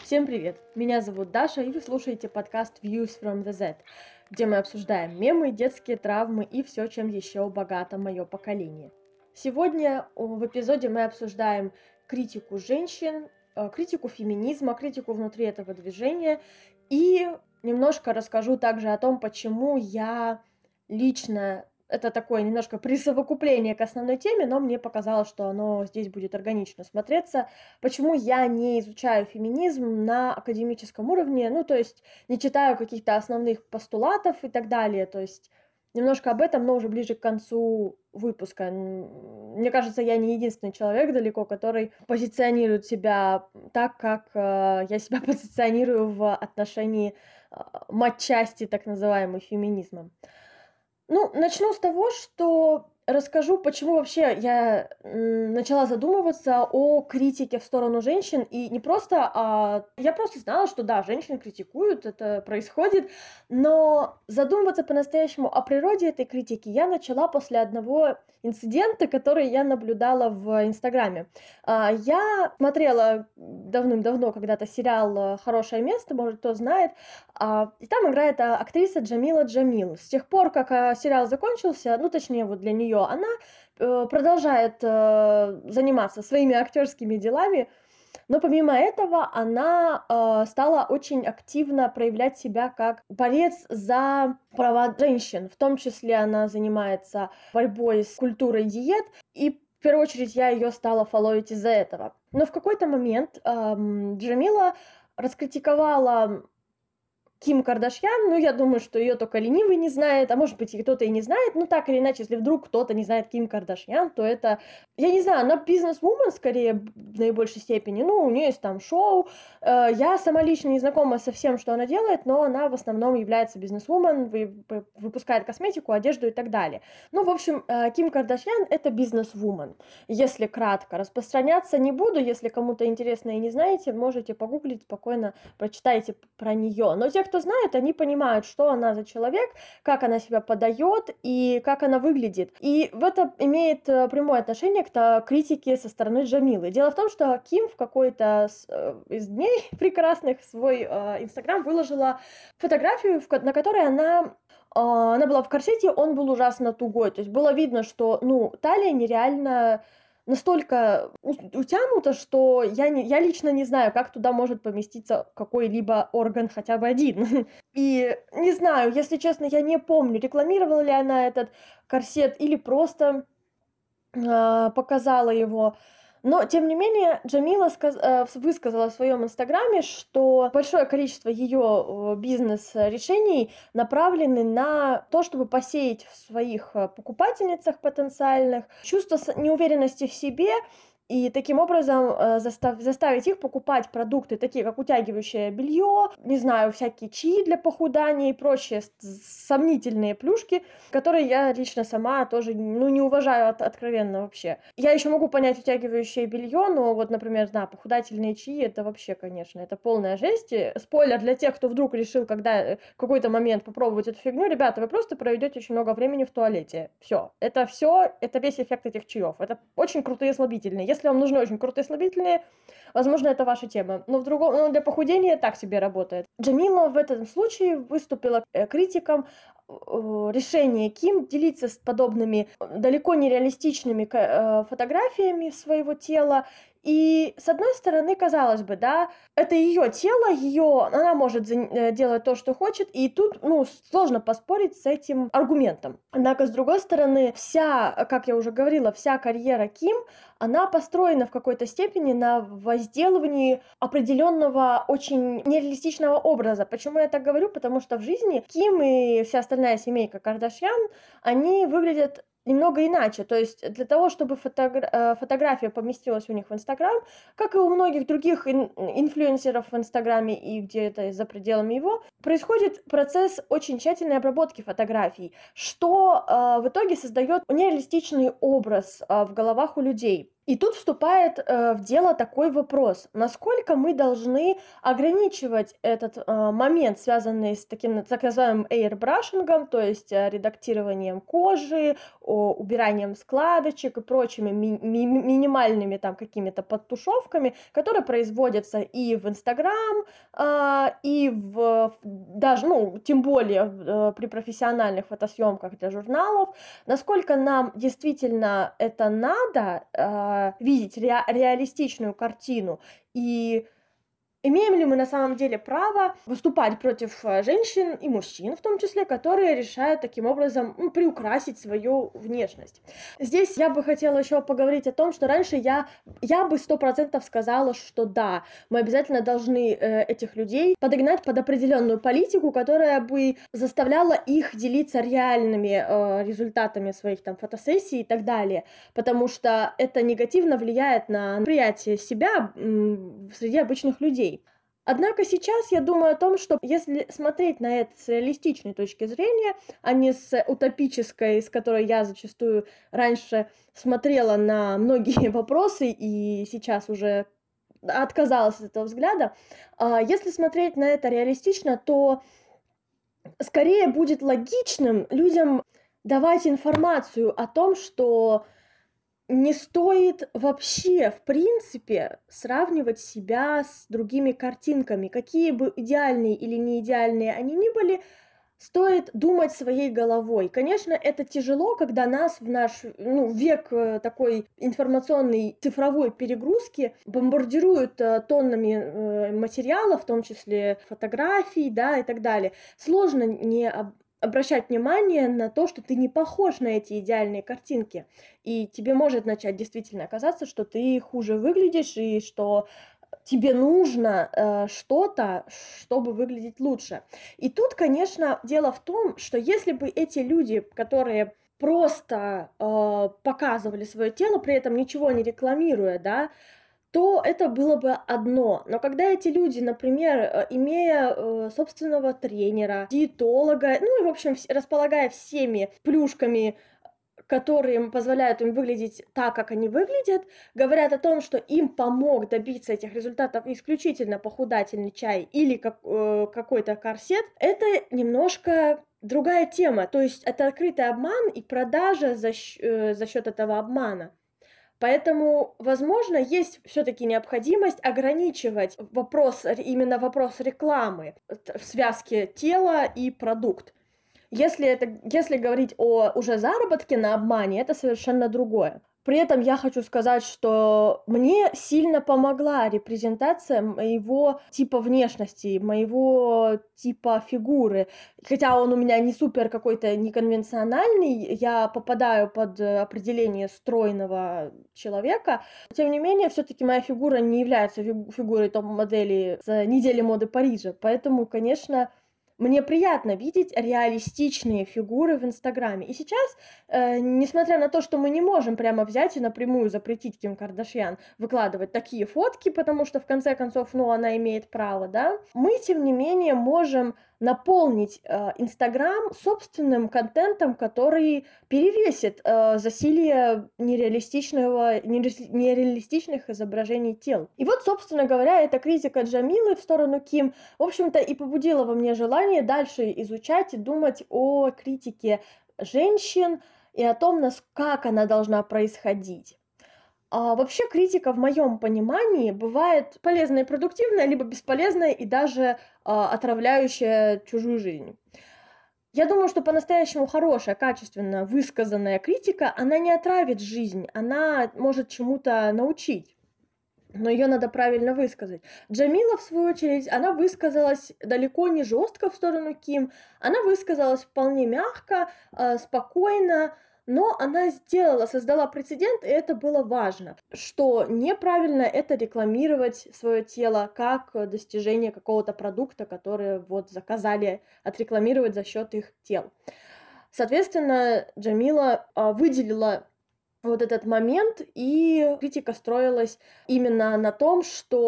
Всем привет! Меня зовут Даша, и вы слушаете подкаст Views from the Z, где мы обсуждаем мемы, детские травмы и все, чем еще богато мое поколение. Сегодня в эпизоде мы обсуждаем критику женщин, критику феминизма, критику внутри этого движения и немножко расскажу также о том, почему я лично это такое немножко присовокупление к основной теме, но мне показалось, что оно здесь будет органично смотреться. Почему я не изучаю феминизм на академическом уровне, ну, то есть не читаю каких-то основных постулатов и так далее, то есть немножко об этом, но уже ближе к концу выпуска. Мне кажется, я не единственный человек далеко, который позиционирует себя так, как я себя позиционирую в отношении матчасти так называемой феминизма. Ну, начну с того, что расскажу, почему вообще я начала задумываться о критике в сторону женщин. И не просто, я просто знала, что да, женщины критикуют, это происходит, но задумываться по-настоящему о природе этой критики я начала после одного инцидента, который я наблюдала в Инстаграме. Я смотрела давным-давно когда-то сериал «Хорошее место», может, кто знает, и там играет актриса Джамила Джамил. С тех пор, как сериал закончился, ну, точнее, вот для нее, она продолжает заниматься своими актерскими делами, но помимо этого она стала очень активно проявлять себя как борец за права женщин. В том числе она занимается борьбой с культурой диет, и в первую очередь я ее стала фолловить из-за этого. Но в какой-то момент Джамила раскритиковала Ким Кардашьян, ну, я думаю, что ее только ленивый не знает, а может быть, и кто-то и не знает, но так или иначе, если вдруг кто-то не знает Ким Кардашьян, то это, я не знаю, она бизнес-вумен скорее в наибольшей степени, ну, у нее есть там шоу, я сама лично не знакома со всем, что она делает, но она в основном является бизнес-вумен, выпускает косметику, одежду и так далее. Ну, в общем, Ким Кардашьян — это бизнес-вумен. Если кратко, распространяться не буду, если кому-то интересно и не знаете, можете погуглить, спокойно прочитайте про нее. Но те, кто знает, они понимают, что она за человек, как она себя подает и как она выглядит. И в это имеет прямое отношение к критике со стороны Джамилы. Дело в том, что Ким в какой-то из дней прекрасных свой Инстаграм выложила фотографию, на которой она была в корсете, он был ужасно тугой. То есть было видно, что, ну, талия нереально настолько утянуто, что я лично не знаю, как туда может поместиться какой-либо орган, хотя бы один. И не знаю, если честно, я не помню, рекламировала ли она этот корсет или просто показала его. Но, тем не менее, Джамила высказала в своем инстаграме, что большое количество ее бизнес-решений направлены на то, чтобы посеять в своих покупательницах потенциальных чувство неуверенности в себе и таким образом заставить их покупать продукты, такие как утягивающее белье, не знаю, всякие чаи для похудания и прочие сомнительные плюшки, которые я лично сама тоже, ну, не уважаю откровенно вообще. Я еще могу понять утягивающее белье, но вот, например, да, похудательные чаи — это вообще, конечно, это полная жесть. И спойлер для тех, кто вдруг решил в какой-то момент попробовать эту фигню: ребята, вы просто проведете очень много времени в туалете. Все, это весь эффект этих чаев. Это очень крутые слабительные. Если вам нужны очень крутые слабительные, возможно, это ваша тема. Но для похудения так себе работает. Джамила в этом случае выступила критиком решения Ким делиться с подобными далеко не реалистичными фотографиями своего тела. И с одной стороны, казалось бы, да, это ее тело, она может делать то, что хочет, и тут, ну, сложно поспорить с этим аргументом. Однако, с другой стороны, как я уже говорила, вся карьера Ким, она построена в какой-то степени на возделывании определенного очень нереалистичного образа. Почему я так говорю? Потому что в жизни Ким и вся остальная семейка Кардашьян, они выглядят немного иначе. То есть для того, чтобы фотография поместилась у них в Инстаграм, как и у многих других инфлюенсеров в Инстаграме и где-то за пределами его, происходит процесс очень тщательной обработки фотографий, что в итоге создает нереалистичный образ в головах у людей. И тут вступает в дело такой вопрос: насколько мы должны ограничивать этот момент, связанный с таким так называемым эйрбрашингом, то есть редактированием кожи, убиранием складочек и прочими минимальными там какими-то подтушевками, которые производятся и в Инстаграм, и даже, ну, тем более при профессиональных фотосъемках для журналов. Насколько нам действительно это надо, видеть реалистичную картину, и имеем ли мы на самом деле право выступать против женщин и мужчин, в том числе, которые решают таким образом приукрасить свою внешность. Здесь я бы хотела еще поговорить о том, что раньше я бы 100% сказала, что да, мы обязательно должны этих людей подогнать под определенную политику, которая бы заставляла их делиться реальными результатами своих там фотосессий и так далее, потому что это негативно влияет на восприятие себя среди обычных людей. Однако сейчас я думаю о том, что если смотреть на это с реалистичной точки зрения, а не с утопической, с которой я зачастую раньше смотрела на многие вопросы и сейчас уже отказалась от этого взгляда, если смотреть на это реалистично, то скорее будет логичным людям давать информацию о том, что не стоит вообще, в принципе, сравнивать себя с другими картинками. Какие бы идеальные или не идеальные они ни были, стоит думать своей головой. Конечно, это тяжело, когда нас в наш век такой информационной цифровой перегрузки бомбардируют тоннами материалов, в том числе фотографий, да, и так далее. Сложно не обращать внимание на то, что ты не похож на эти идеальные картинки. И тебе может начать действительно оказаться, что ты хуже выглядишь и что тебе нужно что-то, чтобы выглядеть лучше. И тут, конечно, дело в том, что если бы эти люди, которые просто показывали свое тело, при этом ничего не рекламируя, да, то это было бы одно. Но когда эти люди, например, имея собственного тренера, диетолога, ну и, в общем, располагая всеми плюшками, которые им позволяют им выглядеть так, как они выглядят, говорят о том, что им помог добиться этих результатов исключительно похудательный чай или какой-то корсет, это немножко другая тема. То есть это открытый обман и продажа за счет этого обмана. Поэтому, возможно, есть все-таки необходимость ограничивать именно вопрос рекламы в связке тела и продукт. Если говорить о уже заработке на обмане, это совершенно другое. При этом я хочу сказать, что мне сильно помогла репрезентация моего типа внешности, моего типа фигуры. Хотя он у меня не супер какой-то неконвенциональный, я попадаю под определение стройного человека. Тем не менее, все-таки моя фигура не является фигурой топ-модели с недели моды Парижа. Поэтому, конечно, мне приятно видеть реалистичные фигуры в Инстаграме. И сейчас, несмотря на то, что мы не можем прямо взять и напрямую запретить Ким Кардашьян выкладывать такие фотки, потому что, в конце концов, она имеет право, да, мы, тем не менее, можем наполнить Инстаграм собственным контентом, который перевесит засилие нереалистичных изображений тел. И вот, собственно говоря, эта критика Джамилы в сторону Ким, в общем-то, и побудила во мне желание дальше изучать и думать о критике женщин и о том, как она должна происходить. Вообще критика в моем понимании бывает полезная и продуктивная, либо бесполезная и даже отравляющая чужую жизнь. Я думаю, что по-настоящему хорошая, качественно высказанная критика, она не отравит жизнь, она может чему-то научить, но ее надо правильно высказать. Джамила, в свою очередь, она высказалась далеко не жестко в сторону Ким, она высказалась вполне мягко, спокойно, но она создала прецедент, и это было важно, что неправильно это рекламировать свое тело как достижение какого-то продукта, который вот заказали отрекламировать за счет их тел. Соответственно, Джамила выделила вот этот момент, и критика строилась именно на том, что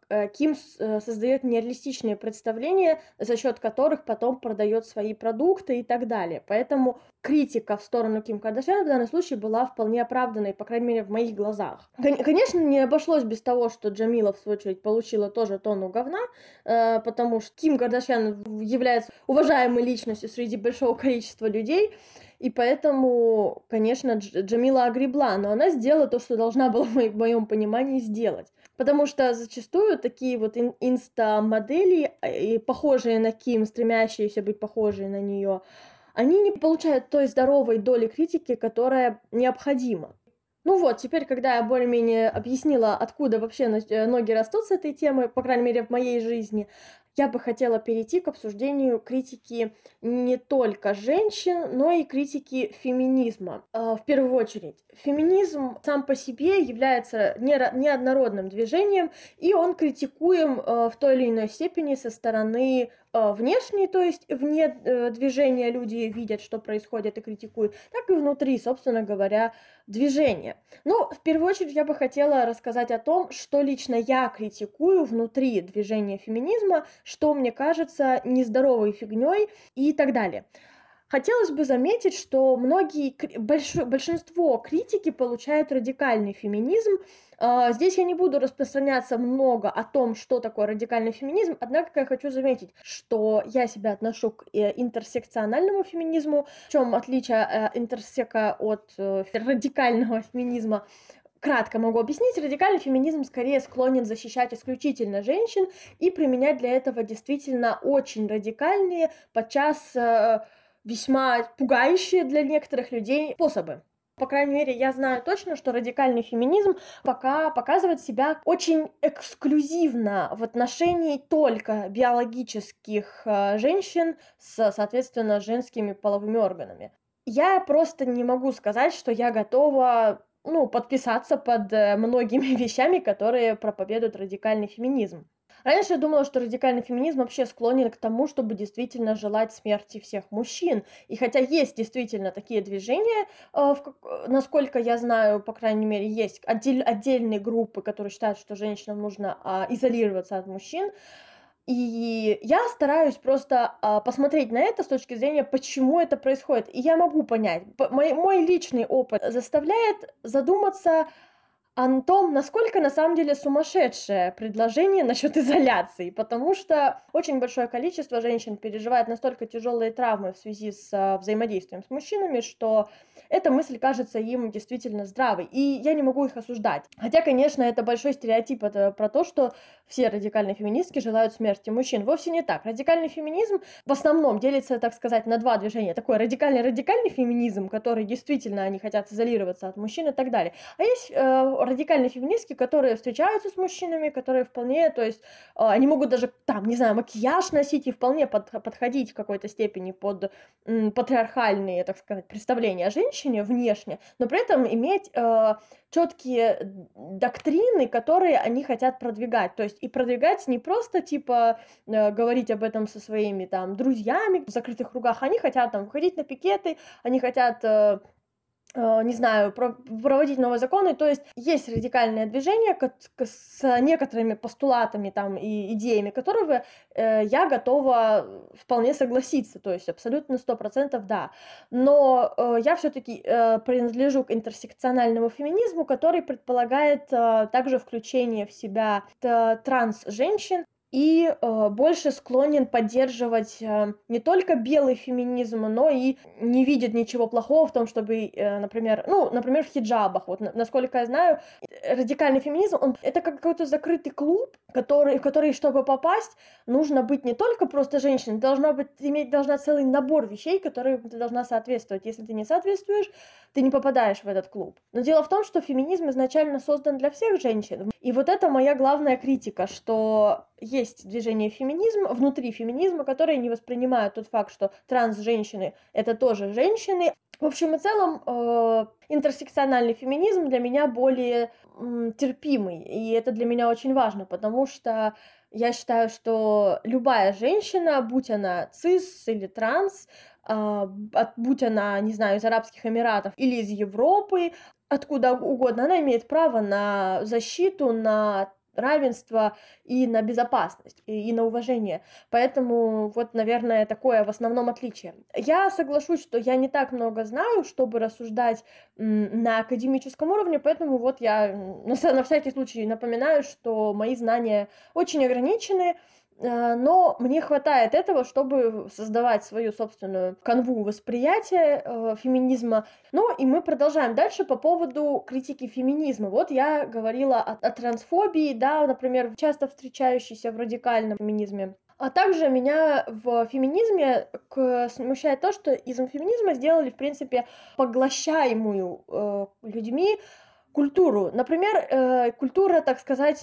Ким создает нереалистичные представления, за счет которых потом продает свои продукты и так далее. Поэтому критика в сторону Ким Кардашьян в данном случае была вполне оправданной, по крайней мере, в моих глазах. Конечно, не обошлось без того, что Джамила, в свою очередь, получила тоже тонну говна, потому что Ким Кардашьян является уважаемой личностью среди большого количества людей, и поэтому, конечно, Джамила огребла, но она сделала то, что должна была, в моем понимании, сделать. Потому что зачастую такие вот инста-модели, и похожие на Ким, стремящиеся быть похожие на нее, они не получают той здоровой доли критики, которая необходима. Ну вот, теперь, когда я более-менее объяснила, откуда вообще ноги растут с этой темы, по крайней мере, в моей жизни, я бы хотела перейти к обсуждению критики не только женщин, но и критики феминизма. В первую очередь, феминизм сам по себе является неоднородным движением, и он критикуем в той или иной степени со стороны внешней, то есть вне движения люди видят, что происходит и критикуют, так и внутри, собственно говоря, движения. Но в первую очередь я бы хотела рассказать о том, что лично я критикую внутри движения феминизма, что мне кажется нездоровой фигней и так далее. Хотелось бы заметить, что большинство критики получают радикальный феминизм. Здесь я не буду распространяться много о том, что такое радикальный феминизм, однако я хочу заметить, что я себя отношу к интерсекциональному феминизму. В чем отличие интерсека от радикального феминизма? Кратко могу объяснить. Радикальный феминизм скорее склонен защищать исключительно женщин и применять для этого действительно очень радикальные, подчас весьма пугающие для некоторых людей способы. По крайней мере, я знаю точно, что радикальный феминизм пока показывает себя очень эксклюзивно в отношении только биологических женщин с, соответственно, женскими половыми органами. Я просто не могу сказать, что я готова подписаться под многими вещами, которые проповедует радикальный феминизм. Раньше я думала, что радикальный феминизм вообще склонен к тому, чтобы действительно желать смерти всех мужчин. И хотя есть действительно такие движения, насколько я знаю, по крайней мере, есть отдельные группы, которые считают, что женщинам нужно изолироваться от мужчин. И я стараюсь просто посмотреть на это с точки зрения, почему это происходит. И я могу понять. Мой личный опыт заставляет задуматься о том, насколько на самом деле сумасшедшее предложение насчет изоляции, потому что очень большое количество женщин переживает настолько тяжелые травмы в связи с взаимодействием с мужчинами, что эта мысль кажется им действительно здравой, и я не могу их осуждать. Хотя, конечно, это большой стереотип про то, что все радикальные феминистки желают смерти мужчин. Вовсе не так. Радикальный феминизм в основном делится, так сказать, на два движения. Такой радикальный феминизм, который действительно они хотят изолироваться от мужчин и так далее. А есть радикальные феминистки, которые встречаются с мужчинами, которые вполне, то есть они могут даже там, не знаю, макияж носить и вполне подходить в какой-то степени под патриархальные, так сказать, представления о женщине внешне, но при этом иметь четкие доктрины, которые они хотят продвигать. То есть и продвигать не просто типа говорить об этом со своими там друзьями в закрытых кругах, они хотят там выходить на пикеты, они хотят не знаю, проводить новые законы, то есть радикальное движение с некоторыми постулатами там и идеями, которые я готова вполне согласиться, то есть абсолютно 100% да. Но я все-таки принадлежу к интерсекциональному феминизму, который предполагает также включение в себя транс-женщин, и больше склонен поддерживать не только белый феминизм, но и не видит ничего плохого в том, чтобы, например, в хиджабах. Вот, насколько я знаю, радикальный феминизм, это как какой-то закрытый клуб, в который, чтобы попасть, нужно быть не только просто женщиной, должна целый набор вещей, которые ты должна соответствовать. Если ты не соответствуешь, ты не попадаешь в этот клуб. Но дело в том, что феминизм изначально создан для всех женщин. И вот это моя главная критика, что есть движение феминизма, внутри феминизма, которые не воспринимают тот факт, что транс-женщины — это тоже женщины. В общем и целом, интерсекциональный феминизм для меня более терпимый, и это для меня очень важно, потому что я считаю, что любая женщина, будь она цис или транс, будь она, не знаю, из Арабских Эмиратов или из Европы, откуда угодно, она имеет право на защиту, на равенство и на безопасность, и на уважение. Поэтому вот, наверное, такое в основном отличие. Я соглашусь, что я не так много знаю, чтобы рассуждать на академическом уровне, поэтому вот я на всякий случай напоминаю, что мои знания очень ограничены, но мне хватает этого, чтобы создавать свою собственную канву восприятия феминизма. Ну и мы продолжаем дальше по поводу критики феминизма. Вот я говорила о трансфобии, да, например, часто встречающейся в радикальном феминизме. А также меня в феминизме смущает то, что из феминизма сделали, в принципе, поглощаемую людьми культуру. Например, культура, так сказать,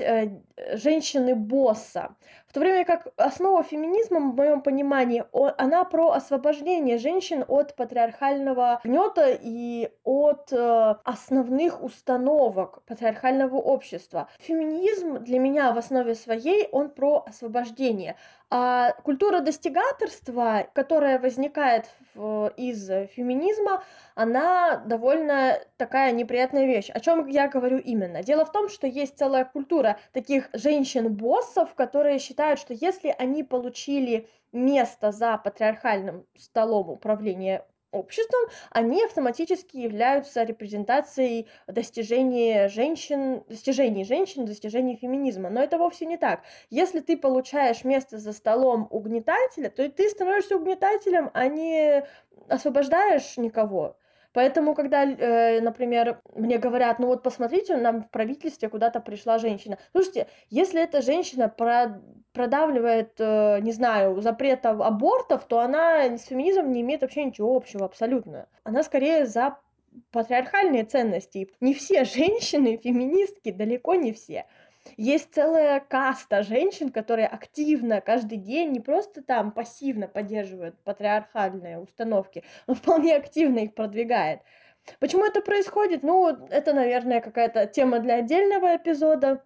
женщины-босса. В то время как основа феминизма, в моем понимании, она про освобождение женщин от патриархального гнета и от основных установок патриархального общества. Феминизм для меня в основе своей, он про освобождение. А культура достигаторства, которая возникает из феминизма, она довольно такая неприятная вещь. О чем я говорю именно? Дело в том, что есть целая культура таких женщин-боссов, которые считают, что если они получили место за патриархальным столом управления обществом, они автоматически являются репрезентацией достижений женщин, достижений феминизма. Но это вовсе не так. Если ты получаешь место за столом угнетателя, то ты становишься угнетателем, а не освобождаешь никого. Поэтому, когда, например, мне говорят, ну вот посмотрите, нам в правительстве куда-то пришла женщина. Слушайте, если эта женщина продавливает, не знаю, запрет абортов, то она с феминизмом не имеет вообще ничего общего абсолютно. Она скорее за патриархальные ценности. Не все женщины феминистки, далеко не все. Есть целая каста женщин, которые активно каждый день, не просто там пассивно поддерживают патриархальные установки, но вполне активно их продвигает. Почему это происходит? Ну, это, наверное, какая-то тема для отдельного эпизода.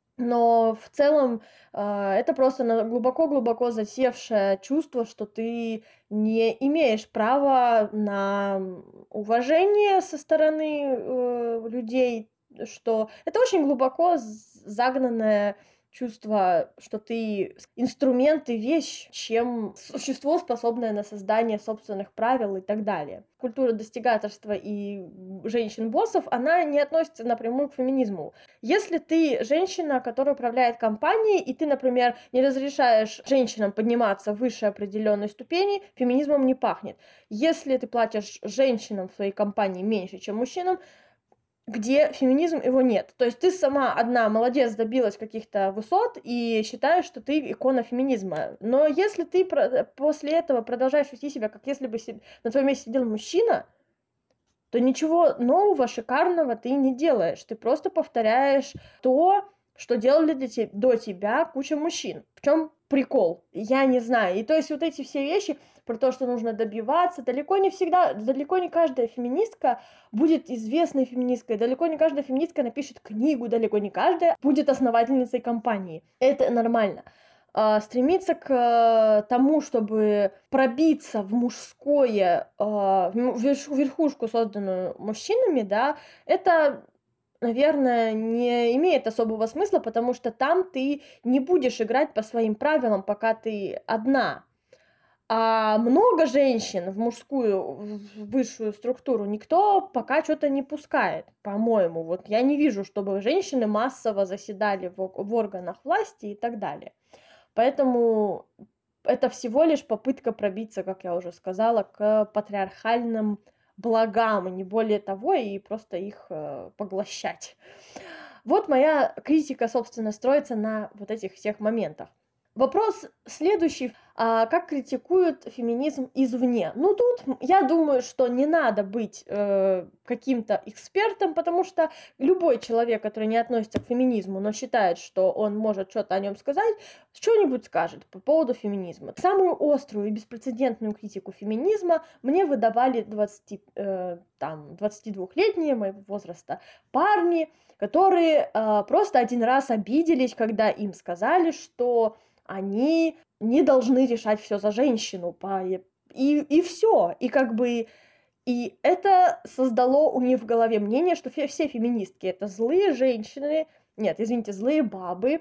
Но в целом это просто глубоко-глубоко засевшее чувство, что ты не имеешь права на уважение со стороны людей, что это очень глубоко загнанное чувство, что ты инструмент и вещь, чем существо, способное на создание собственных правил и так далее. Культура достигаторства и женщин-боссов, она не относится напрямую к феминизму. Если ты женщина, которая управляет компанией, и ты, например, не разрешаешь женщинам подниматься выше определенной ступени, феминизмом не пахнет. Если ты платишь женщинам в своей компании меньше, чем мужчинам, где феминизм, его нет. То есть ты сама одна молодец, добилась каких-то высот и считаешь, что ты икона феминизма. Но если ты после этого продолжаешь вести себя, как если бы на твоем месте сидел мужчина, то ничего нового, шикарного ты не делаешь. Ты просто повторяешь то, что делали до тебя куча мужчин. В чем прикол? Я не знаю. И то есть вот эти все вещи про то, что нужно добиваться, далеко не всегда, далеко не каждая феминистка будет известной феминисткой, далеко не каждая феминистка напишет книгу, далеко не каждая будет основательницей компании. Это нормально. Стремиться к тому, чтобы пробиться в мужское, в верхушку, созданную мужчинами, да, это, наверное, не имеет особого смысла, потому что там ты не будешь играть по своим правилам, пока ты одна. А много женщин в мужскую, в высшую структуру никто пока что-то не пускает, по-моему. Вот я не вижу, чтобы женщины массово заседали в органах власти и так далее. Поэтому это всего лишь попытка пробиться, как я уже сказала, к патриархальным благам, и не более того, и просто их поглощать. Вот моя критика, собственно, строится на вот этих всех моментах. Вопрос следующий. Как критикуют феминизм извне? Ну, тут я думаю, что не надо быть каким-то экспертом, потому что любой человек, который не относится к феминизму, но считает, что он может что-то о нем сказать, что-нибудь скажет по поводу феминизма. Самую острую и беспрецедентную критику феминизма мне выдавали 22-летние моего возраста парни, которые просто один раз обиделись, когда им сказали, что они не должны решать все за женщину, и все, и как бы, и это создало у них в голове мнение, что все феминистки это злые женщины, нет, извините, злые бабы,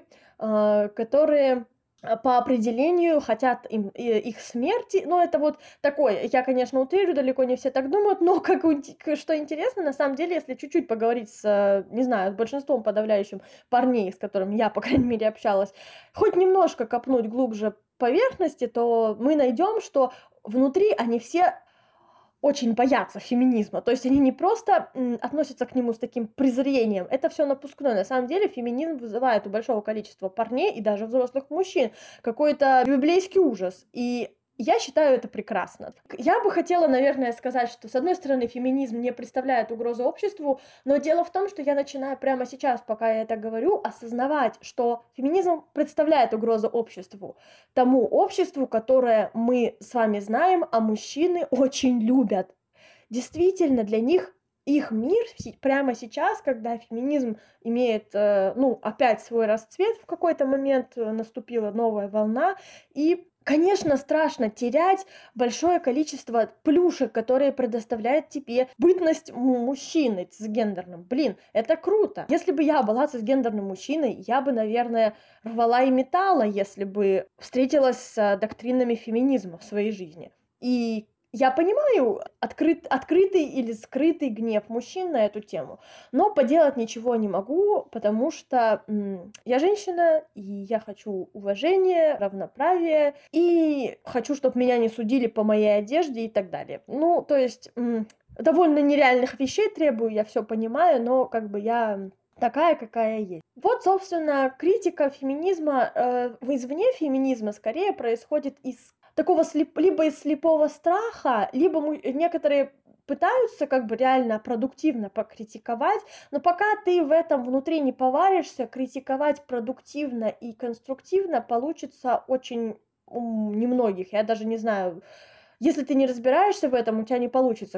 которые по определению хотят их смерти. Но это вот такое, я, конечно, утрирую, далеко не все так думают, но что интересно, на самом деле, если чуть-чуть поговорить не знаю, с большинством подавляющим парней, с которыми я, по крайней мере, общалась, хоть немножко копнуть глубже поверхности, то мы найдем, что внутри они все очень боятся феминизма. То есть они не просто относятся к нему с таким презрением, это все напускное. На самом деле феминизм вызывает у большого количества парней и даже взрослых мужчин какой-то библейский ужас. И я считаю это прекрасно. Я бы хотела, наверное, сказать, что, с одной стороны, феминизм не представляет угрозы обществу, но дело в том, что я начинаю прямо сейчас, пока я это говорю, осознавать, что феминизм представляет угрозу обществу. Тому обществу, которое мы с вами знаем, а мужчины очень любят. Действительно, для них их мир прямо сейчас, когда феминизм имеет, опять свой расцвет, в какой-то момент наступила новая волна, и, конечно, страшно терять большое количество плюшек, которые предоставляет тебе бытность мужчины цисгендерным. Блин, это круто. Если бы я была цисгендерным мужчиной, я бы, наверное, рвала и металла, если бы встретилась с доктринами феминизма в своей жизни. И я понимаю открытый или скрытый гнев мужчин на эту тему, но поделать ничего не могу, потому что я женщина, и я хочу уважения, равноправия, и хочу, чтобы меня не судили по моей одежде и так далее. Ну, то есть довольно нереальных вещей требую, я все понимаю, но как бы я такая, какая есть. Вот, собственно, критика феминизма, извне феминизма скорее происходит из такого либо из слепого страха, либо некоторые пытаются как бы реально продуктивно покритиковать, но пока ты в этом внутри не поваришься, критиковать продуктивно и конструктивно получится очень немногих. Я даже не знаю, если ты не разбираешься в этом, у тебя не получится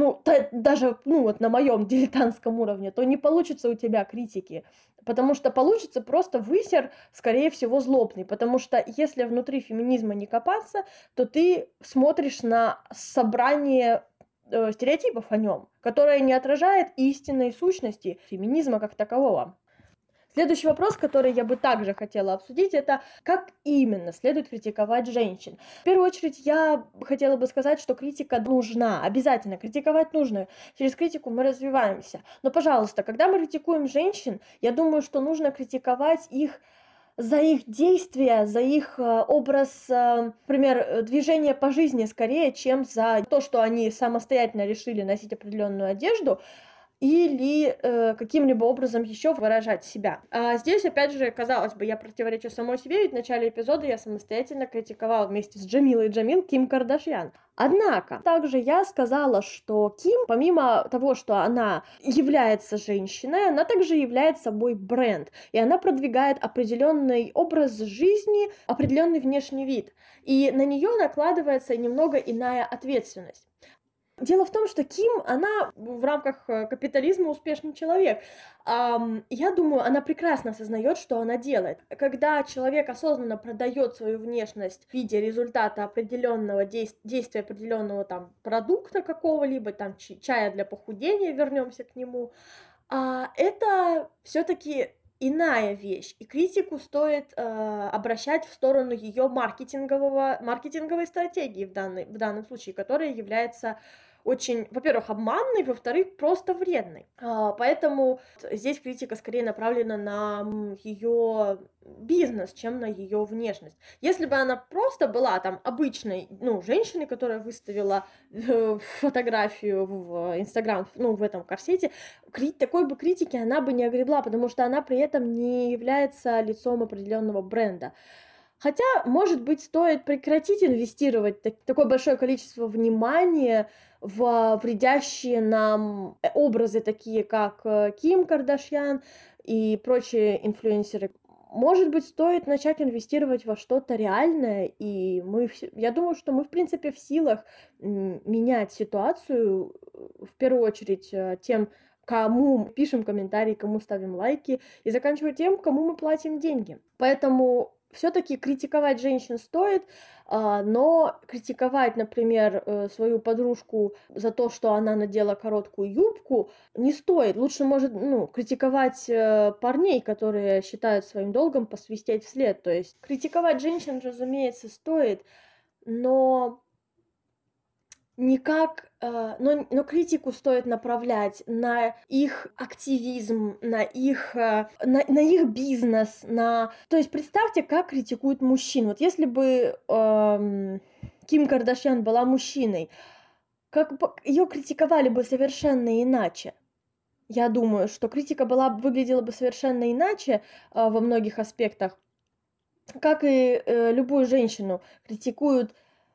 даже, вот на моем дилетантском уровне, то не получится у тебя критики, потому что получится просто высер, скорее всего, злобный, потому что если внутри феминизма не копаться, то ты смотришь на собрание стереотипов о нем, которое не отражает истинной сущности феминизма как такового. Следующий вопрос, который я бы также хотела обсудить, это как именно следует критиковать женщин. В первую очередь, я хотела бы сказать, что критика нужна, обязательно критиковать нужно. Через критику мы развиваемся. Но, пожалуйста, когда мы критикуем женщин, я думаю, что нужно критиковать их за их действия, за их образ, например, движения по жизни скорее, чем за то, что они самостоятельно решили носить определенную одежду, или каким-либо образом еще выражать себя. А здесь, опять же, казалось бы, я противоречу самой себе, ведь в начале эпизода я самостоятельно критиковала вместе с Джамилой Джамил Ким Кардашьян. Однако, также я сказала, что Ким, помимо того, что она является женщиной, она также является собой бренд, и она продвигает определенный образ жизни, определенный внешний вид, и на нее накладывается немного иная ответственность. Дело в том, что Ким, она в рамках капитализма успешный человек. Я думаю, она прекрасно осознает, что она делает. Когда человек осознанно продает свою внешность в виде результата определенного действия определенного там продукта какого-либо, там чая для похудения, вернемся к нему, это все-таки иная вещь, и критику стоит обращать в сторону ее маркетинговой стратегии в данном случае, которая является очень, во-первых, обманной, во-вторых, просто вредной. Поэтому здесь критика скорее направлена на ее бизнес, чем на ее внешность. Если бы она просто была там обычной, женщиной, которая выставила фотографию в Инстаграм, в этом корсете, такой бы критики она бы не огребла, потому что она при этом не является лицом определенного бренда. Хотя, может быть, стоит прекратить инвестировать такое большое количество внимания в вредящие нам образы, такие как Ким Кардашьян и прочие инфлюенсеры. Может быть, стоит начать инвестировать во что-то реальное, и я думаю, что мы, в принципе, в силах менять ситуацию, в первую очередь, тем, кому пишем комментарии, кому ставим лайки, и заканчивая тем, кому мы платим деньги. Поэтому все-таки критиковать женщин стоит, но критиковать, например, свою подружку за то, что она надела короткую юбку, не стоит. Лучше, может, критиковать парней, которые считают своим долгом посвистеть вслед. То есть критиковать женщин, разумеется, стоит, но никак, но критику стоит направлять на их активизм, на их бизнес, То есть представьте, как критикуют мужчин. Вот если бы Ким Кардашьян была мужчиной, как бы её критиковали бы совершенно иначе. Я думаю, что критика выглядела бы совершенно иначе, во многих аспектах. Как и, любую женщину критикуют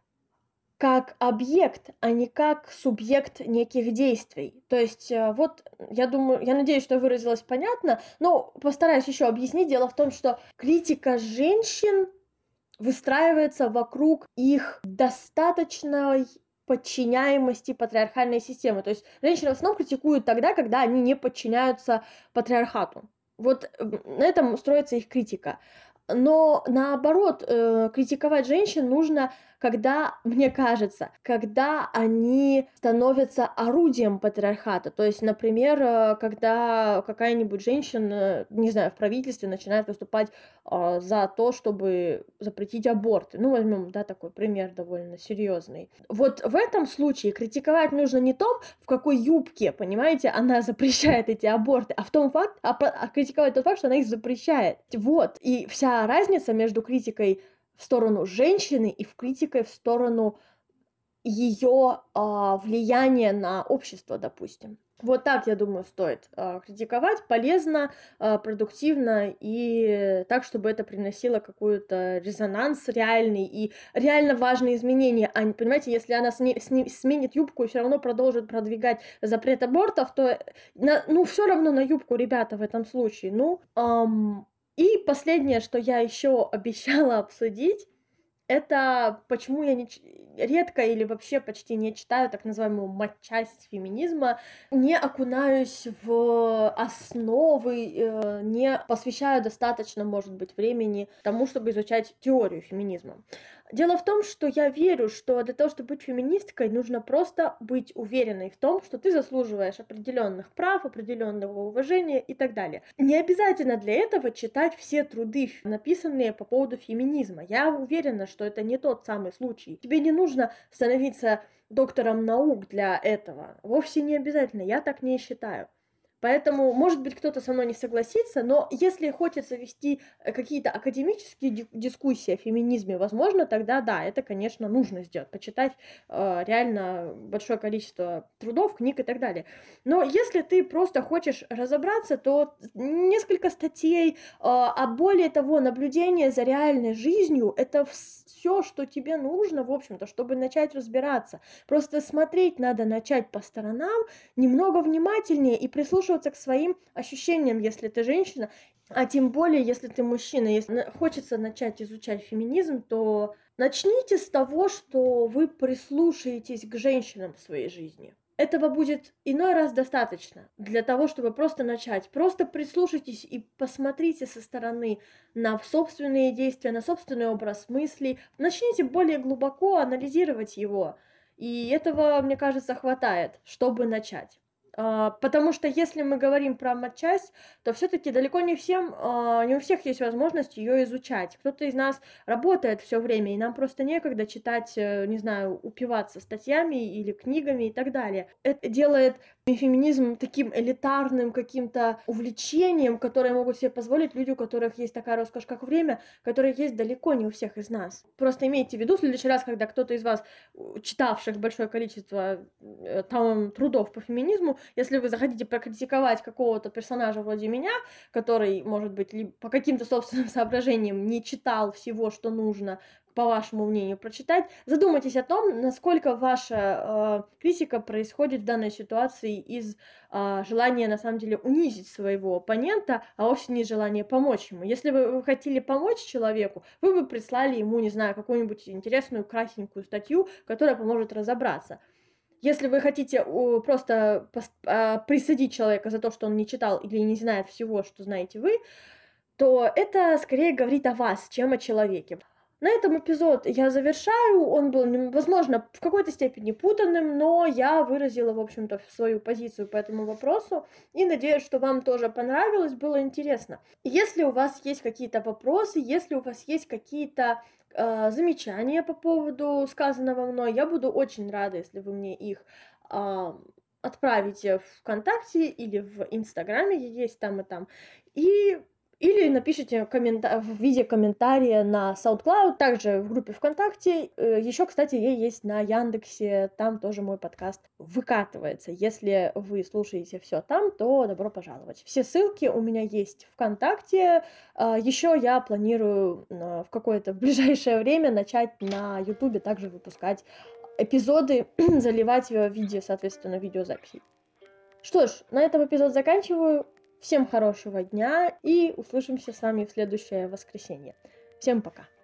как объект, а не как субъект неких действий. То есть, вот, я надеюсь, что я выразилась понятно, но постараюсь еще объяснить. Дело в том, что критика женщин выстраивается вокруг их достаточной подчиняемости патриархальной системы. То есть женщины в основном критикуют тогда, когда они не подчиняются патриархату. Вот на этом строится их критика. Но наоборот, критиковать женщин нужно, когда, мне кажется, когда они становятся орудием патриархата. То есть, например, когда какая-нибудь женщина, не знаю, в правительстве начинает выступать за то, чтобы запретить аборты. Ну, возьмем, да, такой пример довольно серьезный. Вот в этом случае критиковать нужно не том, в какой юбке, понимаете, она запрещает эти аборты, а в том факт, критиковать тот факт, что она их запрещает. Вот. И вся разница между критикой в сторону женщины и критикой в сторону ее влияния на общество, допустим. Вот так, я думаю, стоит критиковать полезно, продуктивно и так, чтобы это приносило какой-то резонанс реальный и реально важные изменения. А, понимаете, если она сменит юбку и все равно продолжит продвигать запрет абортов, то все равно на юбку, ребята, в этом случае. И последнее, что я еще обещала обсудить, это почему я редко или вообще почти не читаю так называемую матчасть феминизма, не окунаюсь в основы, не посвящаю достаточно, может быть, времени тому, чтобы изучать теорию феминизма. Дело в том, что я верю, что для того, чтобы быть феминисткой, нужно просто быть уверенной в том, что ты заслуживаешь определенных прав, определенного уважения и так далее. Не обязательно для этого читать все труды, написанные по поводу феминизма. Я уверена, что это не тот самый случай. Тебе не нужно становиться доктором наук для этого. Вовсе не обязательно, я так не считаю. Поэтому, может быть, кто-то со мной не согласится, но если хочется вести какие-то академические дискуссии о феминизме, возможно, тогда да, это, конечно, нужно сделать, почитать реально большое количество трудов, книг и так далее. Но если ты просто хочешь разобраться, то несколько статей, а более того, наблюдение за реальной жизнью — это все, что тебе нужно, в общем-то, чтобы начать разбираться. Просто смотреть надо начать по сторонам, немного внимательнее и прислушиваться к своим ощущениям, если ты женщина, а тем более, если ты мужчина. Если хочется начать изучать феминизм, то начните с того, что вы прислушаетесь к женщинам в своей жизни. Этого будет иной раз достаточно для того, чтобы просто начать. Просто прислушайтесь и посмотрите со стороны на собственные действия, на собственный образ мыслей. Начните более глубоко анализировать его. И этого, мне кажется, хватает, чтобы начать. Потому что если мы говорим про матчасть, то все-таки далеко не не у всех есть возможность ее изучать. Кто-то из нас работает все время, и нам просто некогда читать, не знаю, упиваться статьями или книгами и так далее. Это делает феминизм таким элитарным каким-то увлечением, которое могут себе позволить люди, у которых есть такая роскошь, как время, которая есть далеко не у всех из нас. Просто имейте в виду, в следующий раз, когда кто-то из вас, читавших большое количество трудов по феминизму, если вы захотите прокритиковать какого-то персонажа вроде меня, который, может быть, по каким-то собственным соображениям не читал всего, что нужно, по вашему мнению, прочитать, задумайтесь о том, насколько ваша критика происходит в данной ситуации из желания, на самом деле, унизить своего оппонента, а вовсе не желание помочь ему. Если вы хотели помочь человеку, вы бы прислали ему, не знаю, какую-нибудь интересную, красненькую статью, которая поможет разобраться. Если вы хотите просто присадить человека за то, что он не читал или не знает всего, что знаете вы, то это скорее говорит о вас, чем о человеке. На этом эпизод я завершаю. Он был, возможно, в какой-то степени путанным, но я выразила, в общем-то, свою позицию по этому вопросу. И надеюсь, что вам тоже понравилось, было интересно. Если у вас есть какие-то вопросы, если у вас есть какие-то замечания по поводу сказанного мной, я буду очень рада, если вы мне их отправите в ВКонтакте или в Инстаграме, я есть там и там. Или напишите в виде комментария на SoundCloud, также в группе ВКонтакте. Еще, кстати, я есть на Яндексе, там тоже мой подкаст выкатывается. Если вы слушаете все там, то добро пожаловать. Все ссылки у меня есть ВКонтакте. Еще я планирую в какое-то ближайшее время начать на Ютубе также выпускать эпизоды, заливать видео, соответственно, видеозаписи. Что ж, на этом эпизод заканчиваю. Всем хорошего дня и услышимся с вами в следующее воскресенье. Всем пока!